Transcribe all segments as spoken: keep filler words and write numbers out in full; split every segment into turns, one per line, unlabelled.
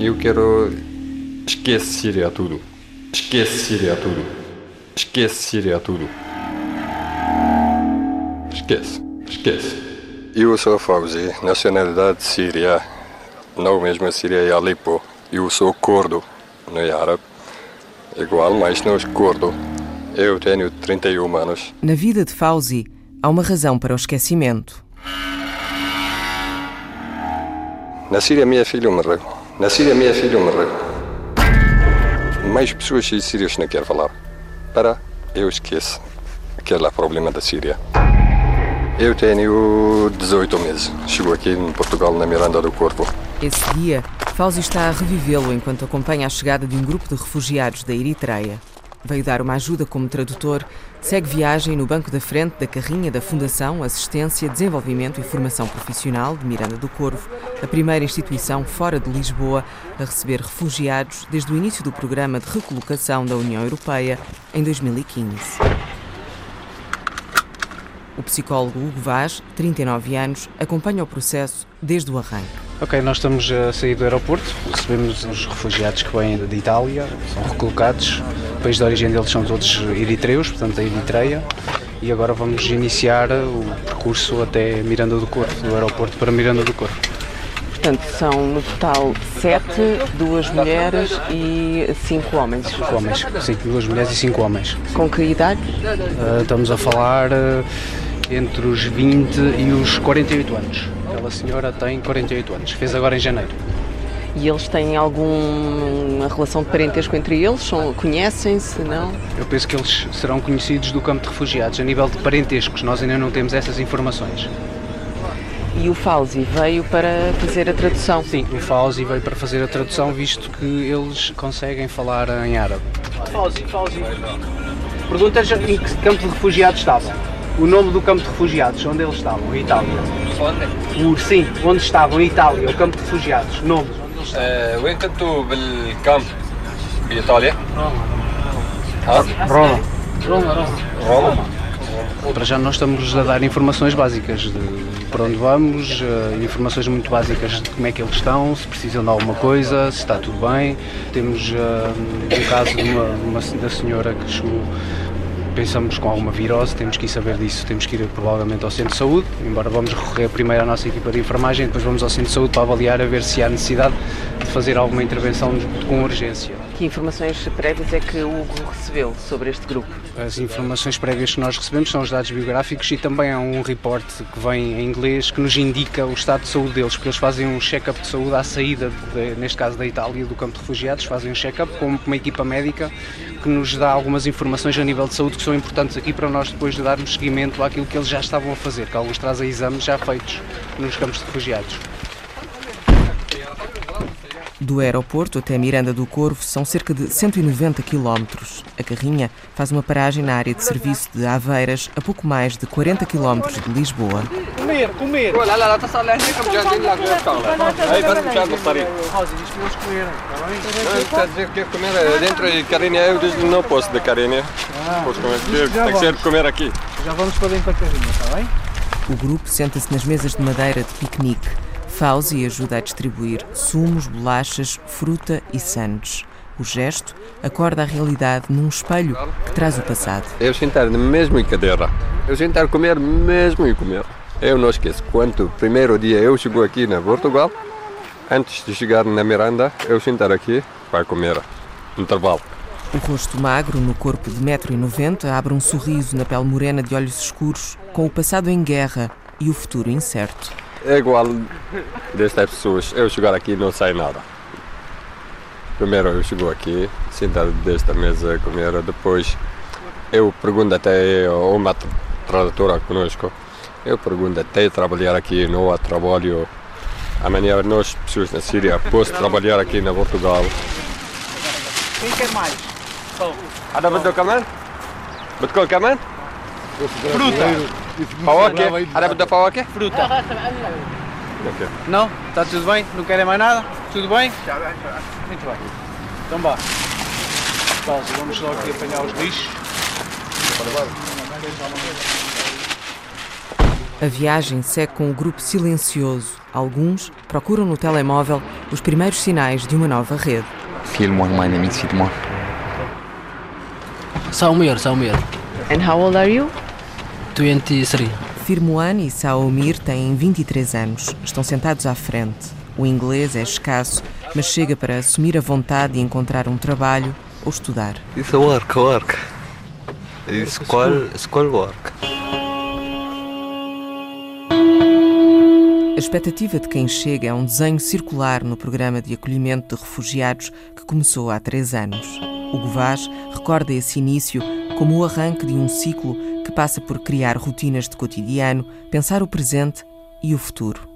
Eu quero... Esquece Síria tudo. Esquece Síria tudo. Esquece Síria tudo. Esquece. Esquece. Eu sou Fauzi, nacionalidade síria. Não mesmo Síria e Alepo. Eu sou curdo, não é árabe. Igual, mas não é curdo. Eu tenho trinta e um anos.
Na vida de Fauzi, há uma razão para o esquecimento.
Na Síria, minha filha morreu. Na Síria, minha filha morreu. Mais pessoas sírias não querem falar. Para, eu esqueço. Aquele é o problema da Síria. Eu tenho dezoito meses. Chego aqui em Portugal, na Miranda do Corvo.
Esse dia, Fauzi está a revivê-lo enquanto acompanha a chegada de um grupo de refugiados da Eritreia. Veio dar uma ajuda como tradutor, segue viagem no banco da frente da carrinha da Fundação Assistência, Desenvolvimento e Formação Profissional de Miranda do Corvo, a primeira instituição fora de Lisboa a receber refugiados desde o início do programa de recolocação da União Europeia em dois mil e quinze. O psicólogo Hugo Vaz, trinta e nove anos, acompanha o processo desde o arranque.
Ok, nós estamos a sair do aeroporto, recebemos os refugiados que vêm de Itália, são recolocados, o país de origem deles são todos eritreus, portanto a Eritreia, e agora vamos iniciar o percurso até Miranda do Corvo, do aeroporto para Miranda do Corvo.
Portanto, são no total sete, duas mulheres e cinco homens.
Cinco homens, sim, duas mulheres e cinco homens.
Com que idade?
Uh, estamos a falar uh, entre os vinte e os quarenta e oito anos. Aquela senhora tem quarenta e oito anos, fez agora em janeiro.
E eles têm alguma relação de parentesco entre eles? São, conhecem-se, não?
Eu penso que eles serão conhecidos do campo de refugiados. A nível de parentescos, nós ainda não temos essas informações.
E o Fauzi veio para fazer a tradução?
Sim, o Fauzi veio para fazer a tradução, visto que eles conseguem falar em árabe. Fauzi, Fauzi. Perguntas em que campo de refugiados estavam. O nome do campo de refugiados, onde eles estavam, em Itália. Onde? O, sim, onde estavam, em Itália, o campo de refugiados, nome.
وين كنتوا بالكامب بإيطاليا؟
Roma. Roma, Roma. Para já nós estamos a dar informações básicas de para onde vamos, informações muito básicas de como é que eles estão, se precisam de alguma coisa, se está tudo bem. Temos uh, um caso de uma, uma, da senhora que chegou, pensamos com alguma virose, temos que ir saber disso, temos que ir provavelmente ao centro de saúde, embora vamos recorrer primeiro à nossa equipa de enfermagem, depois vamos ao centro de saúde para avaliar a ver se há necessidade de fazer alguma intervenção de, com urgência.
Que informações prévias é que o Hugo recebeu sobre este grupo?
As informações prévias que nós recebemos são os dados biográficos e também há um report que vem em inglês que nos indica o estado de saúde deles, porque eles fazem um check-up de saúde à saída, de, neste caso da Itália, do campo de refugiados, fazem um check-up com uma equipa médica que nos dá algumas informações a nível de saúde que são importantes aqui para nós depois de darmos seguimento àquilo que eles já estavam a fazer, que alguns trazem exames já feitos nos campos de refugiados.
Do aeroporto até Miranda do Corvo são cerca de cento e noventa quilómetros. A carrinha faz uma paragem na área de serviço de Aveiras, a pouco mais de quarenta quilómetros de Lisboa.
Comer, comer!
لا لا لا تصل لهنيك مجهزين لك الشغله هي بس مشان الطريق انت تجيب كيف comer dentro de carrinha eu não posso de carrinha posso comer tem que ser comer aqui.
Já vamos para dentro da carrinha, está bem?
O grupo senta-se nas mesas de madeira de piquenique. Fauzi ajuda a distribuir sumos, bolachas, fruta e sandes. O gesto acorda a realidade num espelho que traz o passado.
Eu sentar na mesma cadeira, eu sentar comer mesmo e comer. Eu não esqueço, quando primeiro dia eu chego aqui na Portugal, antes de chegar na Miranda, eu sentar aqui para comer, intervalo.
O rosto magro, no corpo de um metro e noventa, abre um sorriso na pele morena de olhos escuros, com o passado em guerra e o futuro incerto.
É igual destas pessoas, eu chegar aqui e não sai nada. Primeiro eu chego aqui, sentado desta mesa a comer, depois eu pergunto até uma tradutora conosco, eu pergunto até trabalhar aqui, não há trabalho. Amanhã nós, pessoas na Síria, posso trabalhar aqui na Portugal.
Quem quer mais?
Ada betul kaman? Betul kaman?
Fruta!
Fawakih? Ada betul fawakih?
Fruta!
Okay.
Não? Está tudo bem? Não querem mais nada? Tudo bem? Muito bem. Então vá. Pausa, vamos só aqui apanhar os lixos.
A viagem segue com o grupo silencioso. Alguns procuram no telemóvel os primeiros sinais de uma nova rede.
Filme meine mit filme.
Saumir, Saumir.
And how old are you?
vinte e três.
Firmoan e Saumir têm vinte e três anos. Estão sentados à frente. O inglês é escasso, mas chega para assumir a vontade de encontrar um trabalho ou estudar.
It's a work, work. It's school, school work.
A expectativa de quem chega é um desenho circular no programa de acolhimento de refugiados que começou há três anos. O Govaz recorda esse início como o arranque de um ciclo que passa por criar rotinas de cotidiano, pensar o presente e o futuro.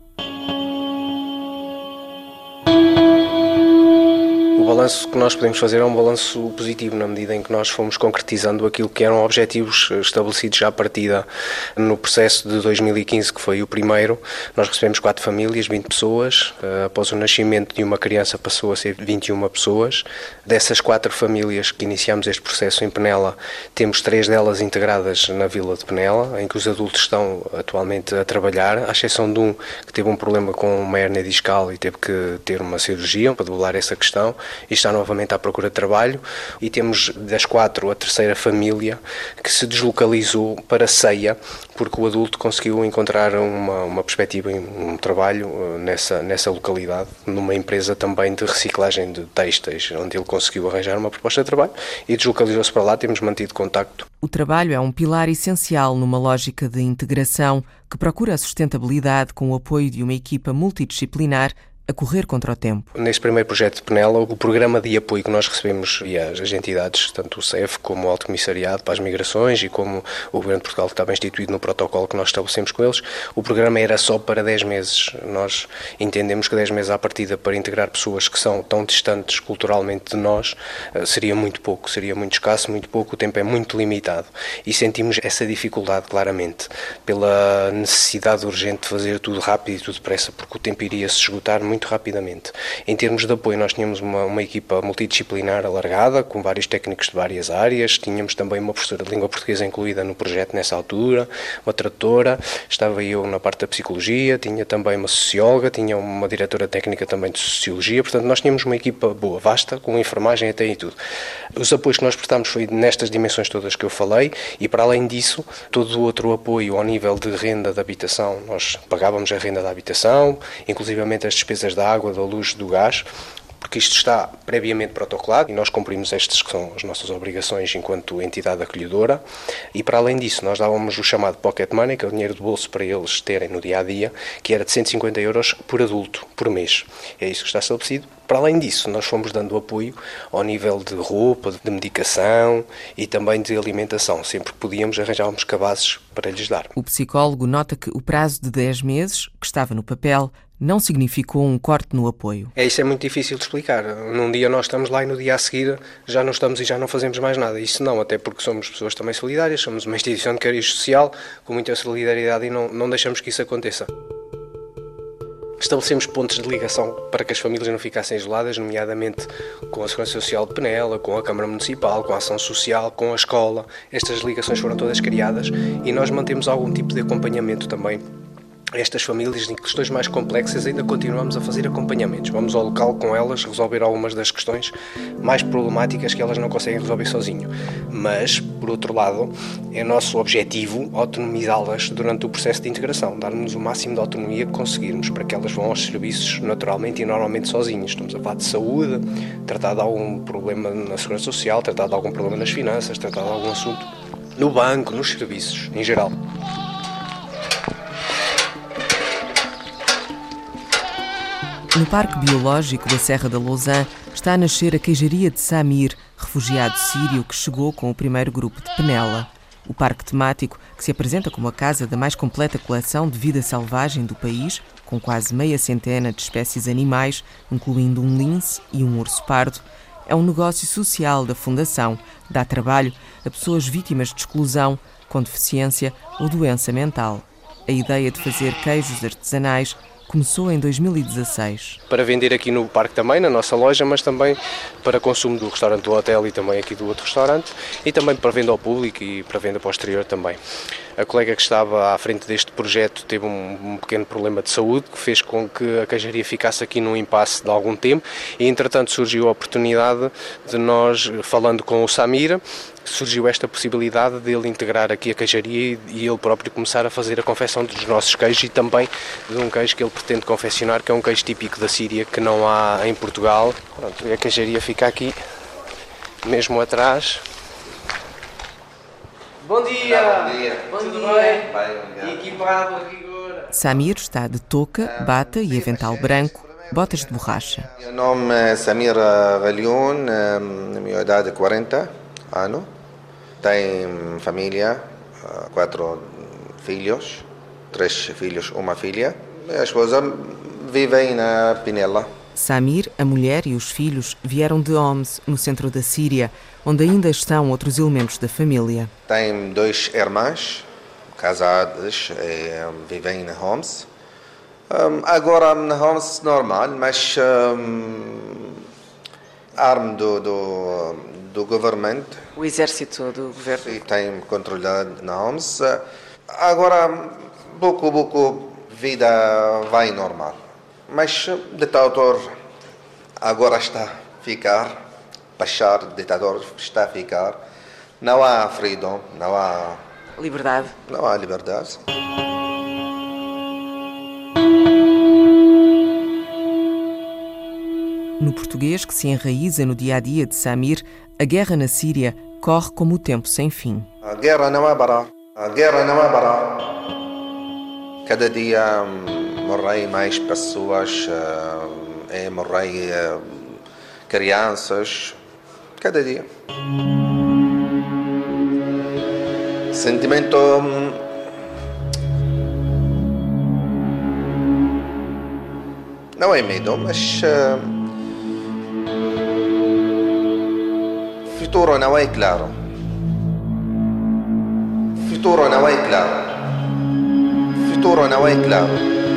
O balanço que nós podemos fazer é um balanço positivo, na medida em que nós fomos concretizando aquilo que eram objetivos estabelecidos já à partida no processo de dois mil e quinze, que foi o primeiro. Nós recebemos quatro famílias, vinte pessoas. Após o nascimento de uma criança passou a ser vinte e uma pessoas. Dessas quatro famílias que iniciamos este processo em Penela, temos três delas integradas na vila de Penela, em que os adultos estão atualmente a trabalhar, à exceção de um que teve um problema com uma hérnia discal e teve que ter uma cirurgia para debelar essa questão. E está novamente à procura de trabalho, e temos das quatro a terceira família que se deslocalizou para Ceia, porque o adulto conseguiu encontrar uma, uma perspectiva em um trabalho nessa, nessa localidade, numa empresa também de reciclagem de têxteis, onde ele conseguiu arranjar uma proposta de trabalho e deslocalizou-se para lá. Temos mantido contacto.
O trabalho é um pilar essencial numa lógica de integração que procura a sustentabilidade com o apoio de uma equipa multidisciplinar a correr contra o tempo.
Neste primeiro projeto de Penela, o programa de apoio que nós recebemos via as entidades, tanto o C E F como o Alto Comissariado para as Migrações e como o Governo de Portugal, que estava instituído no protocolo que nós estabelecemos com eles, o programa era só para dez meses. Nós entendemos que dez meses à partida para integrar pessoas que são tão distantes culturalmente de nós seria muito pouco, seria muito escasso, muito pouco, o tempo é muito limitado. E sentimos essa dificuldade claramente, pela necessidade urgente de fazer tudo rápido e tudo depressa, porque o tempo iria se esgotar muito muito rapidamente. Em termos de apoio, nós tínhamos uma, uma equipa multidisciplinar alargada, com vários técnicos de várias áreas, tínhamos também uma professora de língua portuguesa incluída no projeto nessa altura, uma tradutora, estava eu na parte da psicologia, tinha também uma socióloga, tinha uma diretora técnica também de sociologia, portanto nós tínhamos uma equipa boa, vasta, com enfermagem até e tudo. Os apoios que nós prestámos foi nestas dimensões todas que eu falei, e para além disso, todo o outro apoio ao nível de renda de habitação, nós pagávamos a renda da habitação, inclusivamente as despesas da água, da luz, do gás, porque isto está previamente protocolado e nós cumprimos estas que são as nossas obrigações enquanto entidade acolhedora, e para além disso nós dávamos o chamado pocket money, que é o dinheiro de bolso para eles terem no dia-a-dia, que era de cento e cinquenta euros por adulto, por mês. É isso que está estabelecido. Para além disso, nós fomos dando apoio ao nível de roupa, de medicação e também de alimentação. Sempre que podíamos, arranjávamos cabazes para lhes dar.
O psicólogo nota que o prazo de dez meses, que estava no papel, não significou um corte no apoio.
É, isso é muito difícil de explicar. Num dia nós estamos lá e no dia a seguir já não estamos e já não fazemos mais nada. Isso não, até porque somos pessoas também solidárias, somos uma instituição de cariz social com muita solidariedade e não, não deixamos que isso aconteça. Estabelecemos pontos de ligação para que as famílias não ficassem isoladas, nomeadamente com a Segurança Social de Penela, com a Câmara Municipal, com a Ação Social, com a escola. Estas ligações foram todas criadas e nós mantemos algum tipo de acompanhamento também. Estas famílias, em questões mais complexas, ainda continuamos a fazer acompanhamentos. Vamos ao local com elas, resolver algumas das questões mais problemáticas que elas não conseguem resolver sozinho. Mas, por outro lado, é nosso objetivo autonomizá-las durante o processo de integração, dar-nos o máximo de autonomia que conseguirmos para que elas vão aos serviços naturalmente e normalmente sozinhas. Estamos a falar de saúde, tratar de algum problema na Segurança Social, tratar de algum problema nas finanças, tratar de algum assunto no banco, nos serviços, em geral.
No Parque Biológico da Serra da Lousã está a nascer a queijaria de Samir, refugiado sírio que chegou com o primeiro grupo de Penela. O parque temático, que se apresenta como a casa da mais completa coleção de vida selvagem do país, com quase meia centena de espécies animais, incluindo um lince e um urso pardo, é um negócio social da Fundação. Dá trabalho a pessoas vítimas de exclusão, com deficiência ou doença mental. A ideia de fazer queijos artesanais começou em dois mil e dezasseis.
Para vender aqui no parque também, na nossa loja, mas também para consumo do restaurante do hotel e também aqui do outro restaurante, e também para venda ao público e para venda para o exterior também. A colega que estava à frente deste projeto teve um, um pequeno problema de saúde que fez com que a queijaria ficasse aqui num impasse de algum tempo e, entretanto, surgiu a oportunidade de nós, falando com o Samir, surgiu esta possibilidade de ele integrar aqui a queijaria e ele próprio começar a fazer a confecção dos nossos queijos e também de um queijo que ele pretende confeccionar, que é um queijo típico da Síria, que não há em Portugal. Pronto, e a queijaria fica aqui, mesmo atrás. Bom dia!
Bom dia!
Bom
Tudo
dia!
bem?
Bem, equipado a rigor.
Samir está de touca, bata e avental branco, botas de borracha.
Meu nome é Samir Ghalion, minha idade é quarenta anos. Tenho família, quatro filhos, três filhos, uma filha. Minha esposa vive na Pinela.
Samir, a mulher e os filhos vieram de Homs, no centro da Síria, onde ainda estão outros elementos da família.
Tenho dois irmãs casadas e vivem em Homs. Um, agora em Homs normal, mas um, arma do, do, do governo.
O exército do governo.
Sim, tem controlado na Homs. Agora, pouco a pouco, vida vai normal. Mas o ditador agora está a ficar, baixar, o ditador está a ficar. Não há freedom, não há...
Liberdade.
Não há liberdade.
No português que se enraiza no dia-a-dia de Samir, a guerra na Síria corre como o tempo sem fim.
A guerra não é parar. A guerra não é parar. Cada dia morrem mais pessoas, é, morrem crianças, cada dia. Sentimento não é medo, mas o futuro não é claro. O futuro não é claro. O futuro não é claro.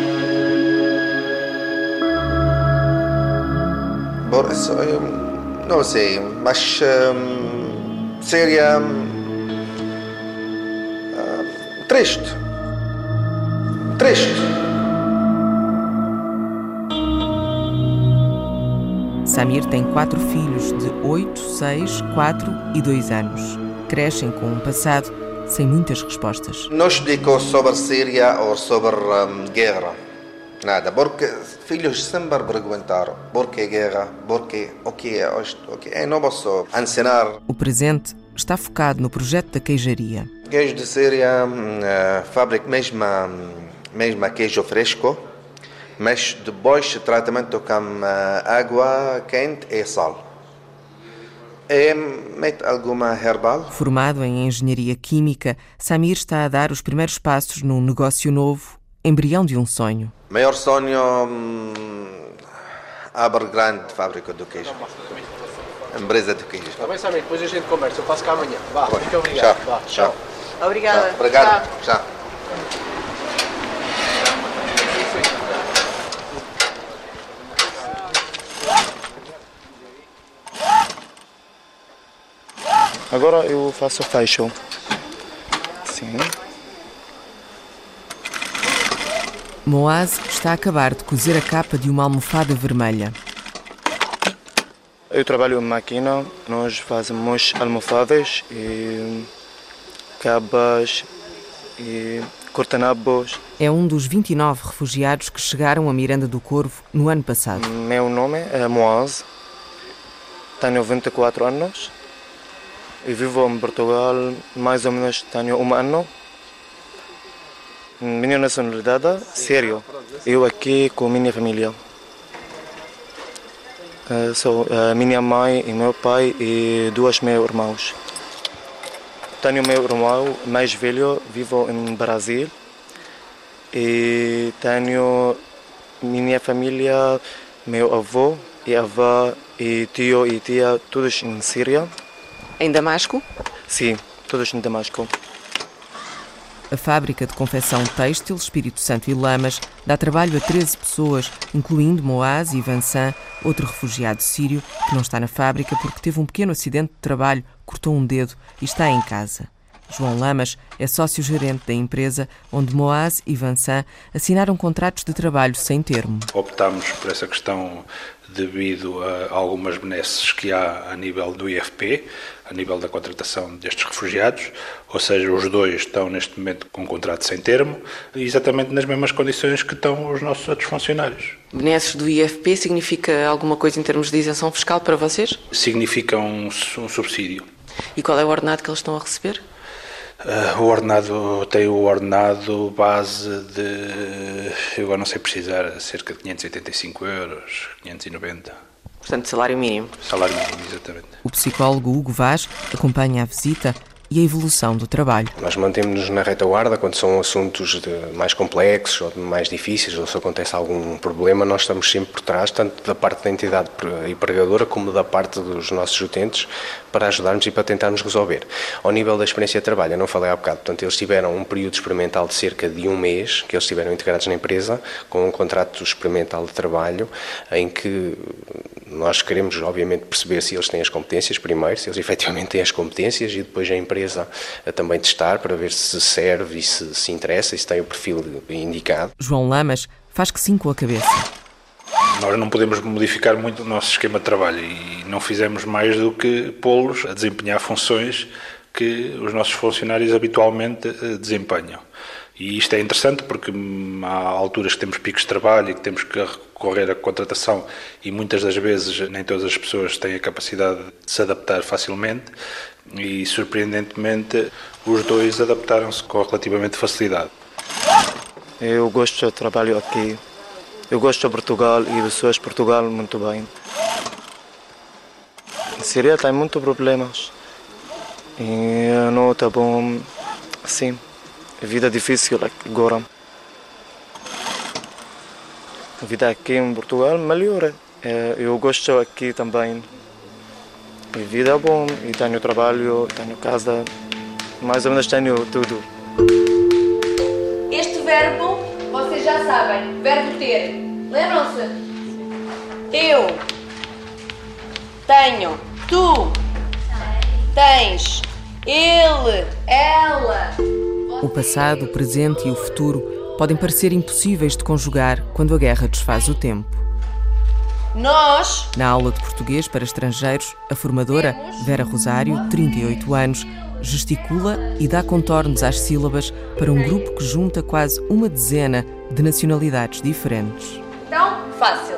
Por isso, eu não sei, mas um, seria um, triste. Triste.
Samir tem quatro filhos de oito, seis, quatro e dois anos. Crescem com um passado sem muitas respostas.
Não explico sobre Síria ou sobre um, guerra. Nada, porque filhos sempre perguntaram por que guerra, por que, o que é isto, o que é. Eu não posso ensinar.
O presente está focado no projeto da queijaria.
Queijo de Síria, uh, fábrica mesmo, mesmo queijo fresco, mas depois tratamento com uh, água quente e sal. E mete alguma herbal.
Formado em engenharia química, Samir está a dar os primeiros passos num negócio novo, embrião de um sonho.
Maior sonho, hum, abrir grande fábrica de queijo. Empresa de queijo.
Está bem, Samir, depois a gente conversa, eu passo cá amanhã. Vá,
Bom,
muito obrigado.
Tchau,
Vá,
tchau.
Obrigada.
Tchau. Obrigado. Tchau. Tchau.
Agora eu faço fashion. Sim.
Moaz está a acabar de cozer a capa de uma almofada vermelha.
Eu trabalho em máquina, nós fazemos almofadas e cabas e cortanabos.
É um dos vinte e nove refugiados que chegaram a Miranda do Corvo no ano passado.
Meu nome é Moaz, tenho vinte e quatro anos e vivo em Portugal mais ou menos tenho um ano. Minha nacionalidade, sério. Eu aqui com minha família. Uh, sou uh, minha mãe e meu pai e dois meus irmãos. Tenho meu irmão mais velho, vivo em Brasil. E tenho minha família, meu avô e avó e tio e tia, todos em Síria.
Em Damasco?
Sim, todos em Damasco.
A fábrica de confecção têxtil Espírito Santo e Lamas dá trabalho a treze pessoas, incluindo Moaz e Vansan, outro refugiado sírio que não está na fábrica porque teve um pequeno acidente de trabalho, cortou um dedo e está em casa. João Lamas é sócio-gerente da empresa onde Moaz e Vincent assinaram contratos de trabalho sem termo.
Optámos por essa questão devido a algumas benesses que há a nível do I F P, a nível da contratação destes refugiados, ou seja, os dois estão neste momento com um contrato sem termo, exatamente nas mesmas condições que estão os nossos outros funcionários.
Benesses do I F P significa alguma coisa em termos de isenção fiscal para vocês?
Significa um, um subsídio.
E qual é o ordenado que eles estão a receber?
Uh, o ordenado, tem o ordenado base de, eu agora não sei precisar, cerca de quinhentos e oitenta e cinco euros, quinhentos e noventa.
Portanto, salário mínimo.
Salário mínimo, exatamente.
O psicólogo Hugo Vaz acompanha a visita e a evolução do trabalho.
Nós mantemos-nos na retaguarda quando são assuntos de mais complexos ou mais difíceis, ou se acontece algum problema, nós estamos sempre por trás, tanto da parte da entidade empregadora como da parte dos nossos utentes, para ajudarmos e para tentarmos resolver. Ao nível da experiência de trabalho, eu não falei há bocado, portanto, eles tiveram um período experimental de cerca de um mês, que eles estiveram integrados na empresa, com um contrato experimental de trabalho, em que nós queremos, obviamente, perceber se eles têm as competências primeiro, se eles efetivamente têm as competências, e depois a empresa a também testar para ver se serve e se se interessa e se tem o perfil indicado.
João Lamas faz que sim com a cabeça.
Nós não podemos modificar muito o nosso esquema de trabalho e não fizemos mais do que pô-los a desempenhar funções que os nossos funcionários habitualmente desempenham. E isto é interessante porque há alturas que temos picos de trabalho e que temos que recorrer à contratação e muitas das vezes nem todas as pessoas têm a capacidade de se adaptar facilmente e, surpreendentemente, os dois adaptaram-se com relativamente facilidade.
Eu gosto do trabalho aqui. Eu gosto de Portugal e pessoas de Portugal muito bem. Em Síria tem muitos problemas. E não está bom assim. A vida é difícil agora. A vida aqui em Portugal melhora. Eu gosto aqui também. A vida é bom e tenho trabalho, tenho casa. Mais ou menos tenho tudo.
Este verbo, vocês já sabem, verbo ter. Lembram-se? Eu tenho, tu tens, ele, ela.
O passado, o presente e o futuro podem parecer impossíveis de conjugar quando a guerra desfaz o tempo.
Nós...
Na aula de português para estrangeiros, a formadora, Vera Rosário, trinta e oito anos, gesticula e dá contornos às sílabas para um grupo que junta quase uma dezena de nacionalidades diferentes.
Então, fácil.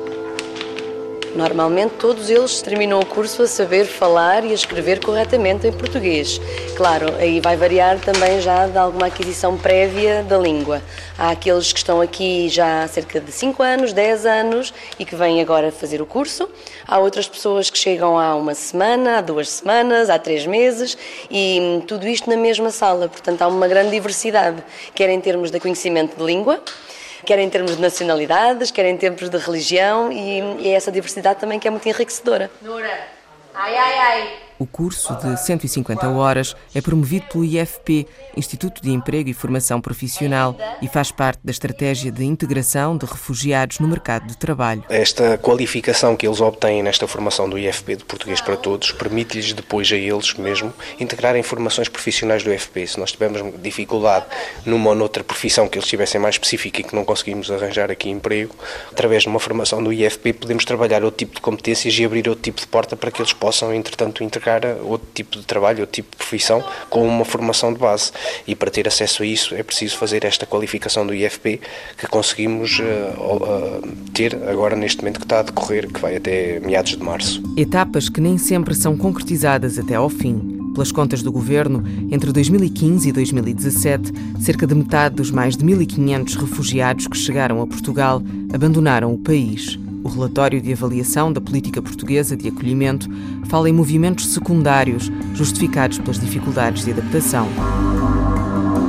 Normalmente todos eles terminam o curso a saber falar e a escrever corretamente em português. Claro, aí vai variar também já de alguma aquisição prévia da língua. Há aqueles que estão aqui já há cerca de cinco anos, dez anos e que vêm agora fazer o curso. Há outras pessoas que chegam há uma semana, há duas semanas, há três meses e tudo isto na mesma sala. Portanto, há uma grande diversidade, quer em termos de conhecimento de língua, quer em termos de nacionalidades, quer em termos de religião e, e é essa diversidade também que é muito enriquecedora. Nora, ai, ai, ai.
O curso de cento e cinquenta horas é promovido pelo I F P, Instituto de Emprego e Formação Profissional, e faz parte da estratégia de integração de refugiados no mercado de trabalho.
Esta qualificação que eles obtêm nesta formação do I F P de Português para Todos permite-lhes depois a eles mesmo integrarem formações profissionais do I F P. Se nós tivermos dificuldade numa ou noutra profissão que eles tivessem mais específica e que não conseguimos arranjar aqui emprego, através de uma formação do I F P podemos trabalhar outro tipo de competências e abrir outro tipo de porta para que eles possam, entretanto, integrar outro tipo de trabalho, outro tipo de profissão com uma formação de base. E para ter acesso a isso é preciso fazer esta qualificação do I F P que conseguimos uh, uh, ter agora neste momento que está a decorrer, que vai até meados de março.
Etapas que nem sempre são concretizadas até ao fim. Pelas contas do Governo, entre dois mil e quinze e dois mil e dezassete, cerca de metade dos mais de mil e quinhentos refugiados que chegaram a Portugal abandonaram o país. O relatório de avaliação da política portuguesa de acolhimento fala em movimentos secundários justificados pelas dificuldades de adaptação.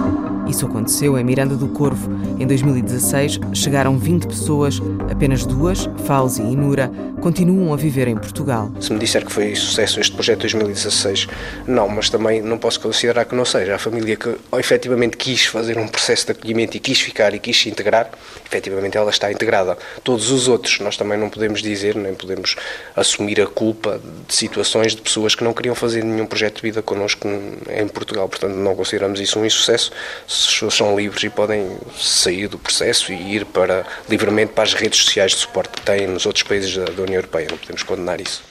Isso aconteceu em Miranda do Corvo. Em dois mil e dezasseis, chegaram vinte pessoas, apenas duas, Fauzi e Nura, continuam a viver em Portugal.
Se me disser que foi sucesso este projeto de dois mil e dezasseis, não, mas também não posso considerar que não seja. A família que efetivamente quis fazer um processo de acolhimento e quis ficar e quis se integrar, efetivamente ela está integrada. Todos os outros, nós também não podemos dizer, nem podemos assumir a culpa de situações de pessoas que não queriam fazer nenhum projeto de vida connosco em Portugal. Portanto, não consideramos isso um insucesso. As pessoas são livres e podem sair do processo e ir para, livremente para as redes sociais de suporte que têm nos outros países da, da União Europeia. Não podemos condenar isso.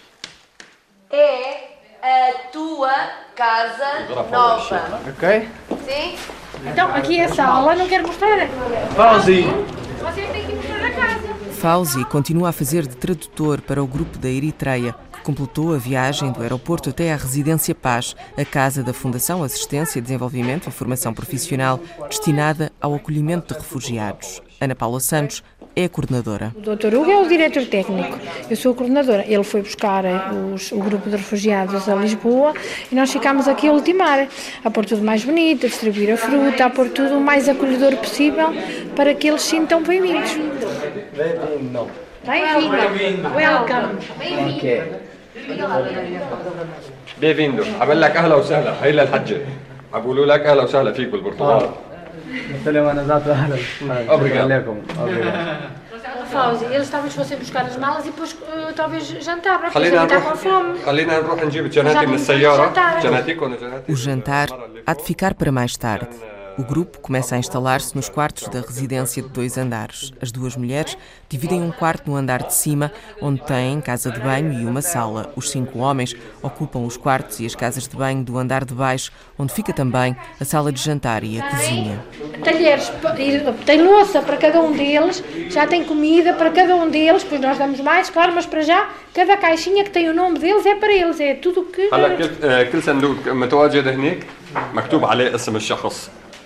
É a tua casa nova.
Ok?
Sim?
Então, aqui é a sala, não quero mostrar.
Fauzi!
Você tem que mostrar a casa.
Fauzi continua a fazer de tradutor para o grupo da Eritreia, que completou a viagem do aeroporto até à Residência Paz, a casa da Fundação Assistência, Desenvolvimento e Formação Profissional, destinada ao acolhimento de refugiados. Ana Paula Santos é a coordenadora.
O doutor Hugo é o diretor técnico, eu sou a coordenadora. Ele foi buscar os, o grupo de refugiados a Lisboa e nós ficámos aqui a ultimar, a pôr tudo mais bonito, a distribuir a fruta, a pôr tudo o mais acolhedor possível para que eles se sintam bem-vindos.
Bem-vindo.
Bem-vindo. Welcome.
Ok.
Bem-vindo. عمل لك اهلا وسهلا. هي للحجه. بقولوا لك اهلا وسهلا فيك بالبرتغال.
Obrigado.
Fauzi, eles talvez fossem buscar as malas e depois uh, talvez jantar, porque eles devem estar com fome.
خلينا نروح نجيب جناتي من السياره. جناتيكم وجناتي.
O jantar há de ficar para mais tarde. O grupo começa a instalar-se nos quartos da residência de dois andares. As duas mulheres dividem um quarto no andar de cima, onde têm casa de banho e uma sala. Os cinco homens ocupam os quartos e as casas de banho do andar de baixo, onde fica também a sala de jantar e a cozinha.
Talheres, tem louça para cada um deles, já tem comida para cada um deles, depois nós damos mais, claro, mas para já, cada caixinha que tem o nome deles é para eles, é tudo o que...
هلا كل كل صندوق متواجد هناك مكتوب عليه اسم الشخص.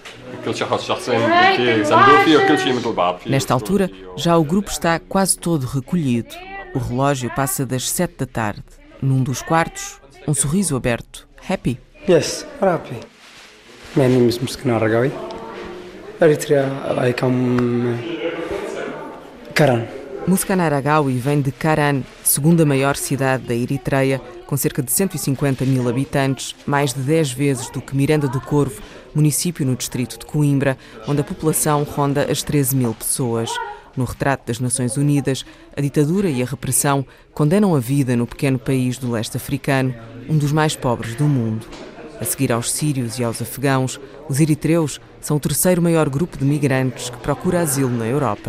Nesta altura, já o grupo está quase todo recolhido. O relógio passa das sete da tarde. Num dos quartos, um sorriso aberto. Happy?
Yes, happy. My name is Muskan Aragawi. Eritrea, I come Karan.
Muskan Aragawi vem de Karan, segunda maior cidade da Eritreia, com cerca de cento e cinquenta mil habitantes, mais de dez vezes do que Miranda do Corvo, município no distrito de Coimbra, onde a população ronda as treze mil pessoas. No retrato das Nações Unidas, a ditadura e a repressão condenam a vida no pequeno país do leste africano, um dos mais pobres do mundo. A seguir aos sírios e aos afegãos, os eritreus são o terceiro maior grupo de migrantes que procura asilo na Europa.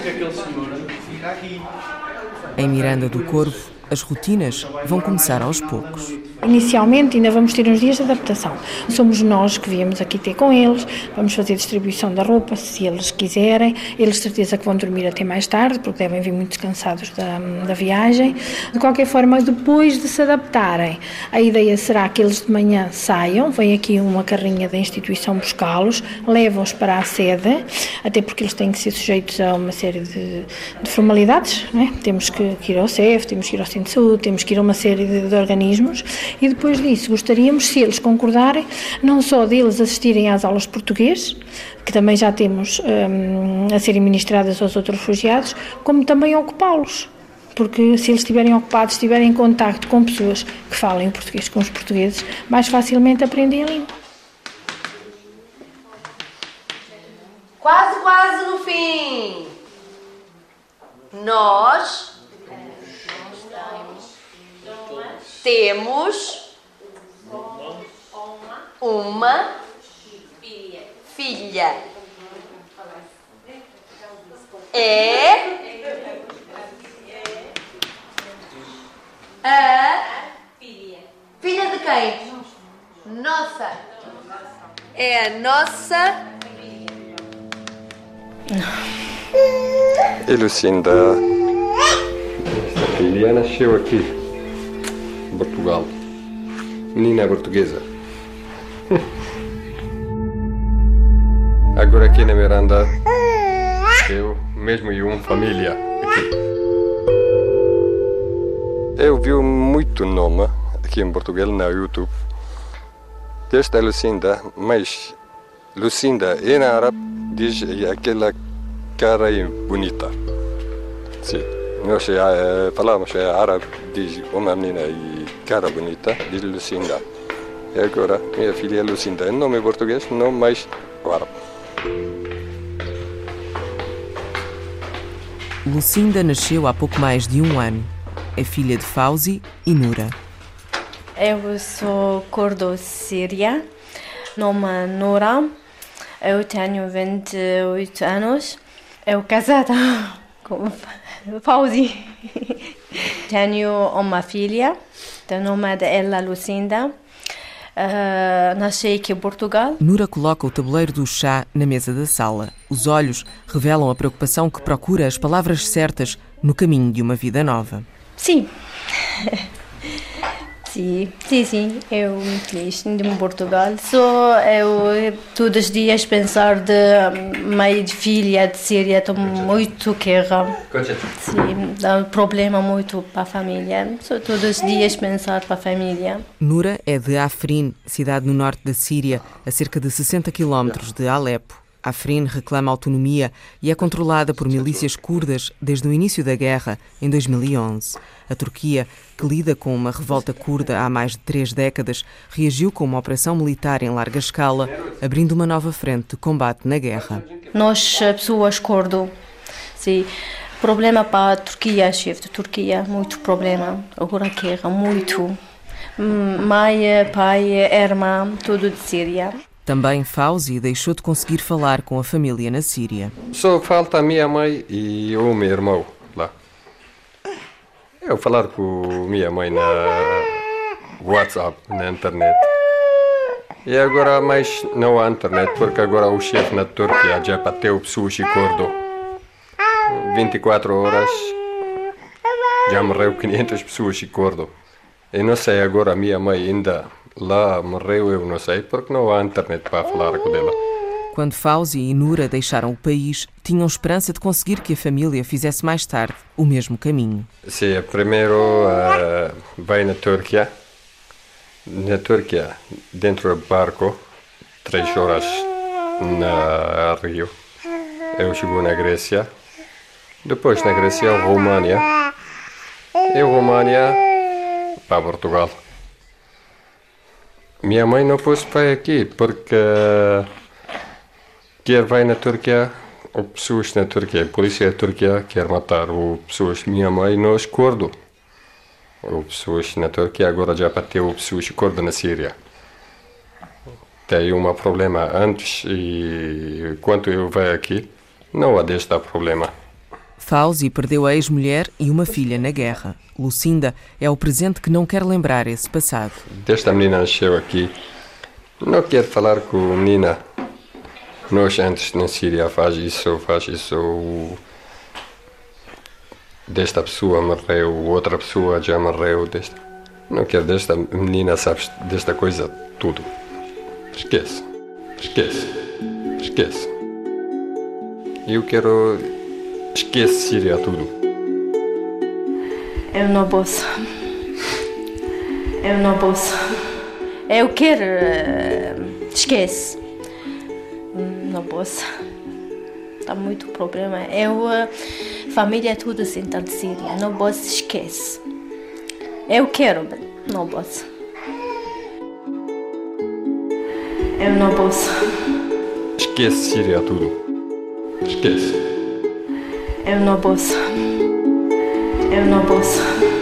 Em Miranda do Corvo, as rotinas vão começar aos poucos.
Inicialmente ainda vamos ter uns dias de adaptação. Somos nós que viemos aqui ter com eles, vamos fazer distribuição da roupa se eles quiserem. Eles de certeza que vão dormir até mais tarde, porque devem vir muito cansados da, da viagem. De qualquer forma, depois de se adaptarem, a ideia será que eles de manhã saiam, vem aqui uma carrinha da instituição buscá-los, levam-os para a sede, até porque eles têm que ser sujeitos a uma série de, de formalidades, não é? Temos que, que ir ao C E F, temos que ir ao Centro de Saúde, temos que ir a uma série de, de organismos. E depois disso, gostaríamos, se eles concordarem, não só deles assistirem às aulas de português, que também já temos um, a serem ministradas aos outros refugiados, como também ocupá-los. Porque se eles estiverem ocupados, estiverem em contacto com pessoas que falem português com os portugueses, mais facilmente aprendem a língua.
Quase, quase no fim. Nós temos uma filha. É a filha de quem? Nossa. É a nossa.
E Lucinda, esta filha nasceu aqui, em Portugal. Menina portuguesa. Agora aqui na Miranda, eu mesmo e uma família aqui. Eu vi muito nome aqui em Portugal no YouTube. Esta é Lucinda, mas Lucinda, em árabe, diz aquela cara bonita. Sim. Nós é, falamos em árabe, diz uma menina e cara bonita, diz Lucinda. E agora, minha filha é Lucinda. O nome é português, não mais árabe.
Lucinda nasceu há pouco mais de um ano. É filha de Fauzi e Nura.
Eu sou curdo-síria, nome é Nura. Eu tenho vinte e oito anos. Eu casada com Fauzi. Tenho uma filha, o nome dela é Lucinda. Uh, nasci aqui em Portugal.
Nura coloca o tabuleiro do chá na mesa da sala. Os olhos revelam a preocupação que procura as palavras certas no caminho de uma vida nova.
Sim. Sim, sim, sim. Eu me feliz em Portugal. Só eu todos os dias pensar de minha filha de Síria, estou muito guerra. Sim, dá um problema muito para a família. Só todos os dias pensar para a família.
Nura é de Afrin, cidade no norte da Síria, a cerca de sessenta quilómetros de Alepo. Afrin reclama autonomia e é controlada por milícias curdas desde o início da guerra, em dois mil e onze. A Turquia, que lida com uma revolta curda há mais de três décadas, reagiu com uma operação militar em larga escala, abrindo uma nova frente de combate na guerra.
Nós, pessoas curdo, sim, problema para a Turquia, chefe de Turquia, muito problema. Agora guerra, muito. Mãe, pai, irmã, tudo de Síria.
Também Fauzi deixou de conseguir falar com a família na Síria.
Só falta a minha mãe e o meu irmão lá. Eu falar com minha mãe na WhatsApp, na internet. E agora mais não há internet, porque agora o chefe na Turquia já bateu pessoas e cordo. vinte e quatro horas já morreu quinhentas pessoas e cordo. E não sei agora a minha mãe ainda lá morreu, eu não sei, porque não há internet para falar com ela.
Quando Fauzi e Nura deixaram o país, tinham esperança de conseguir que a família fizesse mais tarde o mesmo caminho.
Sim, primeiro uh, vai na Turquia. Na Turquia, dentro do barco, três horas na Rio. Eu chego na Grécia. Depois na Grécia, România. E România para Portugal. Minha mãe não pôs para aqui, porque quer vai na Turquia, ou pessoas na Turquia, a polícia da Turquia quer matar ou pessoas. Minha mãe não é curdo. Ou pessoas na Turquia agora já bateu pessoas curdo na Síria. Tem um problema antes e quando eu venho aqui, não há deste problema.
Fauzi perdeu a ex-mulher e uma filha na guerra. Lucinda é o presente que não quer lembrar esse passado.
Desta menina nasceu aqui. Não quero falar com a menina. Nós antes na Síria faz isso, faz isso. Desta pessoa morreu, outra pessoa já morreu. Desta. Não quero desta menina, sabes, desta coisa tudo. Esquece, esquece, esquece. Eu quero... Esquece Síria tudo.
Eu não posso. Eu não posso. Eu quero... Esquece. Não posso. Está muito problema. Eu... Família tudo sentada de Síria. Não posso, esquece. Eu quero, mas não posso. Eu não posso.
Esquece Síria tudo. Esquece.
Eu não posso. Eu não posso.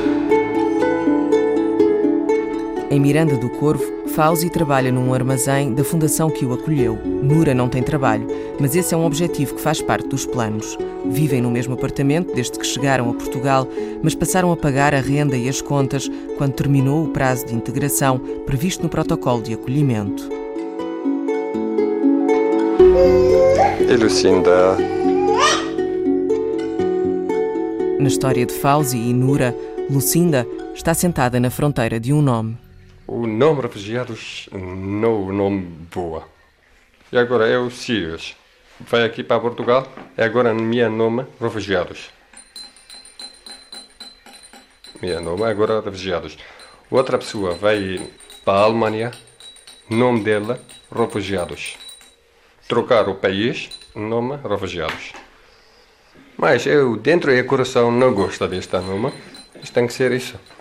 Em Miranda do Corvo, Fauzi trabalha num armazém da fundação que o acolheu. Nura não tem trabalho, mas esse é um objetivo que faz parte dos planos. Vivem no mesmo apartamento desde que chegaram a Portugal, mas passaram a pagar a renda e as contas quando terminou o prazo de integração previsto no protocolo de acolhimento.
E Lucinda...
Na história de Fauzi e Nura, Lucinda está sentada na fronteira de um nome.
O nome refugiados não é um nome boa. E agora eu, Sírios, vai aqui para Portugal, e agora meu nome refugiados. Meu nome agora refugiados. Outra pessoa vai para a Alemanha, nome dela refugiados. trocar o país, nome, refugiados. Mas eu, dentro do coração, não gosto desta nome. Isto tem que ser isso.